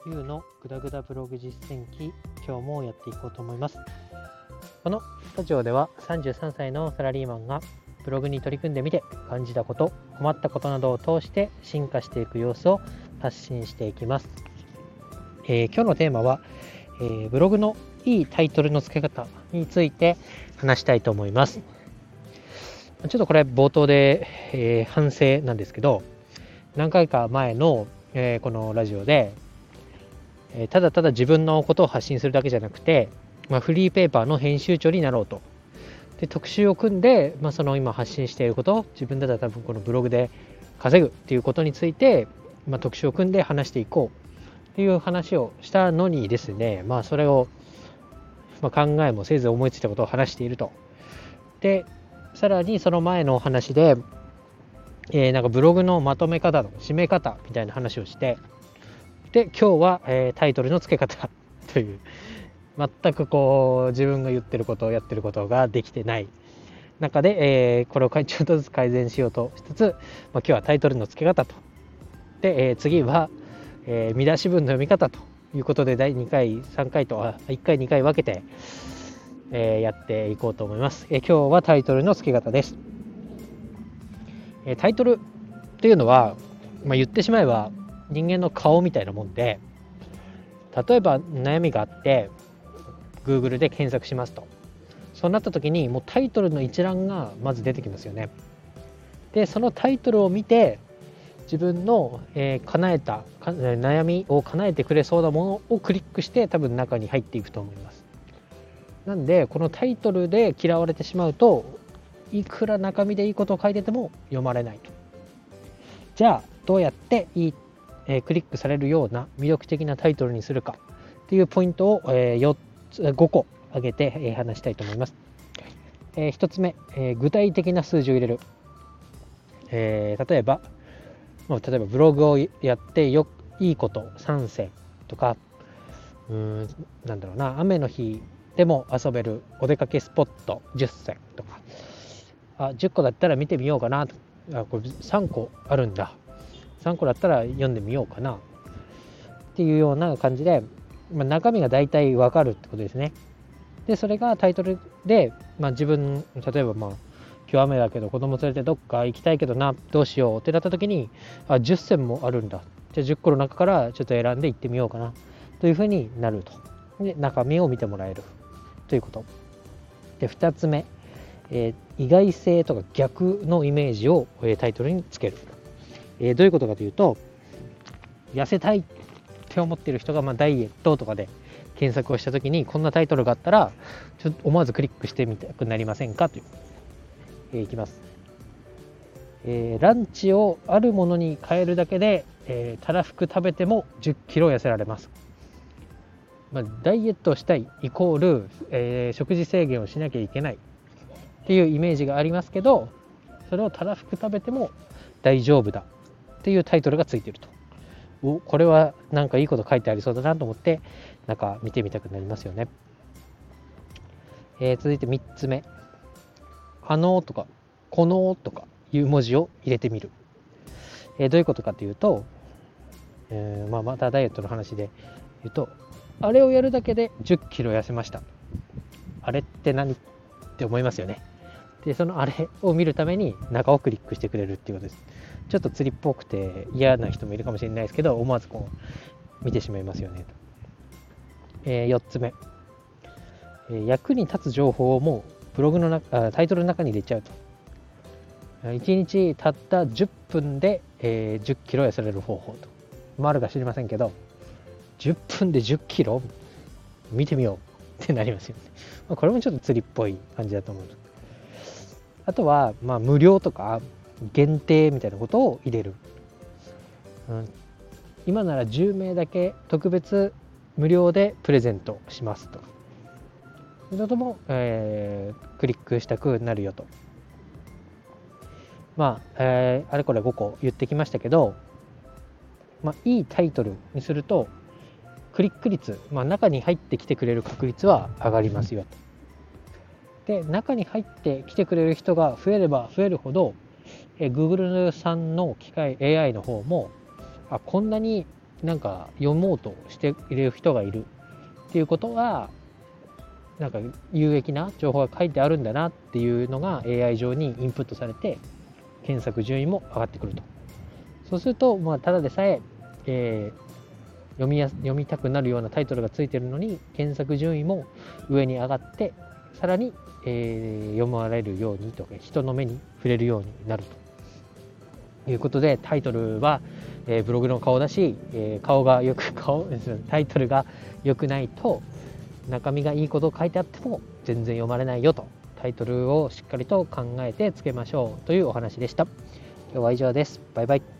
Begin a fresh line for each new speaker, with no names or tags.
冬のグダグダブログ実践記、今日もやっていこうと思います。このラジオでは33歳のサラリーマンがブログに取り組んでみて感じたこと、困ったことなどを通して進化していく様子を発信していきます。今日のテーマは、ブログのいいタイトルの付け方について話したいと思います。ちょっとこれ冒頭で、反省なんですけど、何回か前の、このラジオで、ただただ自分のことを発信するだけじゃなくて、フリーペーパーの編集長になろうと。で、特集を組んで、その今発信していること、自分だったら多分このブログで稼ぐっていうことについて、特集を組んで話していこうっていう話をしたのにですね、それを、考えもせず思いついたことを話していると。で、さらにその前のお話で、ブログのまとめ方の締め方みたいな話をして、で今日は、タイトルの付け方という全く自分が言ってることをやってることができてない中で、これをちょっとずつ改善しようとしつつ、今日はタイトルの付け方とで、次は、見出し文の読み方ということで第2回3回と1回2回分けて、やっていこうと思います。今日はタイトルの付け方です。タイトルっていうのは、言ってしまえば人間の顔みたいなもんで、例えば悩みがあって Google で検索しますと、そうなった時にもうタイトルの一覧がまず出てきますよね。でそのタイトルを見て自分の、叶えた悩みを叶えてくれそうなものをクリックして多分中に入っていくと思います。なんでこのタイトルで嫌われてしまうと、いくら中身でいいことを書いてても読まれないと。じゃあどうやってクリックされるような魅力的なタイトルにするかっていうポイントを、5個挙げて、話したいと思います。1つ目、具体的な数字を入れる。例えばブログをやっていいこと3選とか、雨の日でも遊べるお出かけスポット10選とか、10個だったら見てみようかなと。これ3個あるんだ、3個だったら読んでみようかなっていうような感じで、中身が大体わかるってことですね。でそれがタイトルで、自分例えば今日雨だけど子供連れてどっか行きたいけどな、どうしようってなった時に10選もあるんだ、じゃあ10個の中からちょっと選んで行ってみようかなというふうになると。で中身を見てもらえるということ。で2つ目、意外性とか逆のイメージを、タイトルにつける。どういうことかというと、痩せたいって思っている人が、ダイエットとかで検索をしたときにこんなタイトルがあったらちょっと思わずクリックしてみたくなりませんかという、いきます。ランチをあるものに変えるだけで、たらふく食べても10キロ痩せられます。ダイエットをしたいイコール、食事制限をしなきゃいけないっていうイメージがありますけど、それをたらふく食べても大丈夫だっていうタイトルがついていると。これはなんかいいこと書いてありそうだなと思って見てみたくなりますよね。続いて3つ目、とかこのとかいう文字を入れてみる。どういうことかというと、またダイエットの話で言うと、あれをやるだけで10キロ痩せました。あれって何って思いますよね。でそのあれを見るために中をクリックしてくれるっていうことです。ちょっと釣りっぽくて嫌な人もいるかもしれないですけど、思わず見てしまいますよねと。4つ目、役に立つ情報をもうブログのタイトルの中に入れちゃうと。1日たった10分で、10キロ痩せられる方法と。あるか知りませんけど、10分で10キロ見てみようってなりますよね。これもちょっと釣りっぽい感じだと思う。あとは、無料とか限定みたいなことを入れる。今なら10名だけ特別無料でプレゼントしますと。そういうことも、クリックしたくなるよと。あれこれ5個言ってきましたけど、いいタイトルにするとクリック率、中に入ってきてくれる確率は上がりますよと。で中に入ってきてくれる人が増えれば増えるほど、Google さんの機械 AI の方もこんなになんか読もうとしている人がいるっていうことは、なんか有益な情報が書いてあるんだなっていうのが AI 上にインプットされて、検索順位も上がってくると。そうすると、ただでさえ読みたくなるようなタイトルがついてるのに、検索順位も上に上がって、さらに、読まれるようにとか、人の目に触れるようになるということで、タイトルは、ブログの顔だし、タイトルが良くないと、中身がいいことを書いてあっても全然読まれないよと。タイトルをしっかりと考えてつけましょうというお話でした。今日は以上です。バイバイ。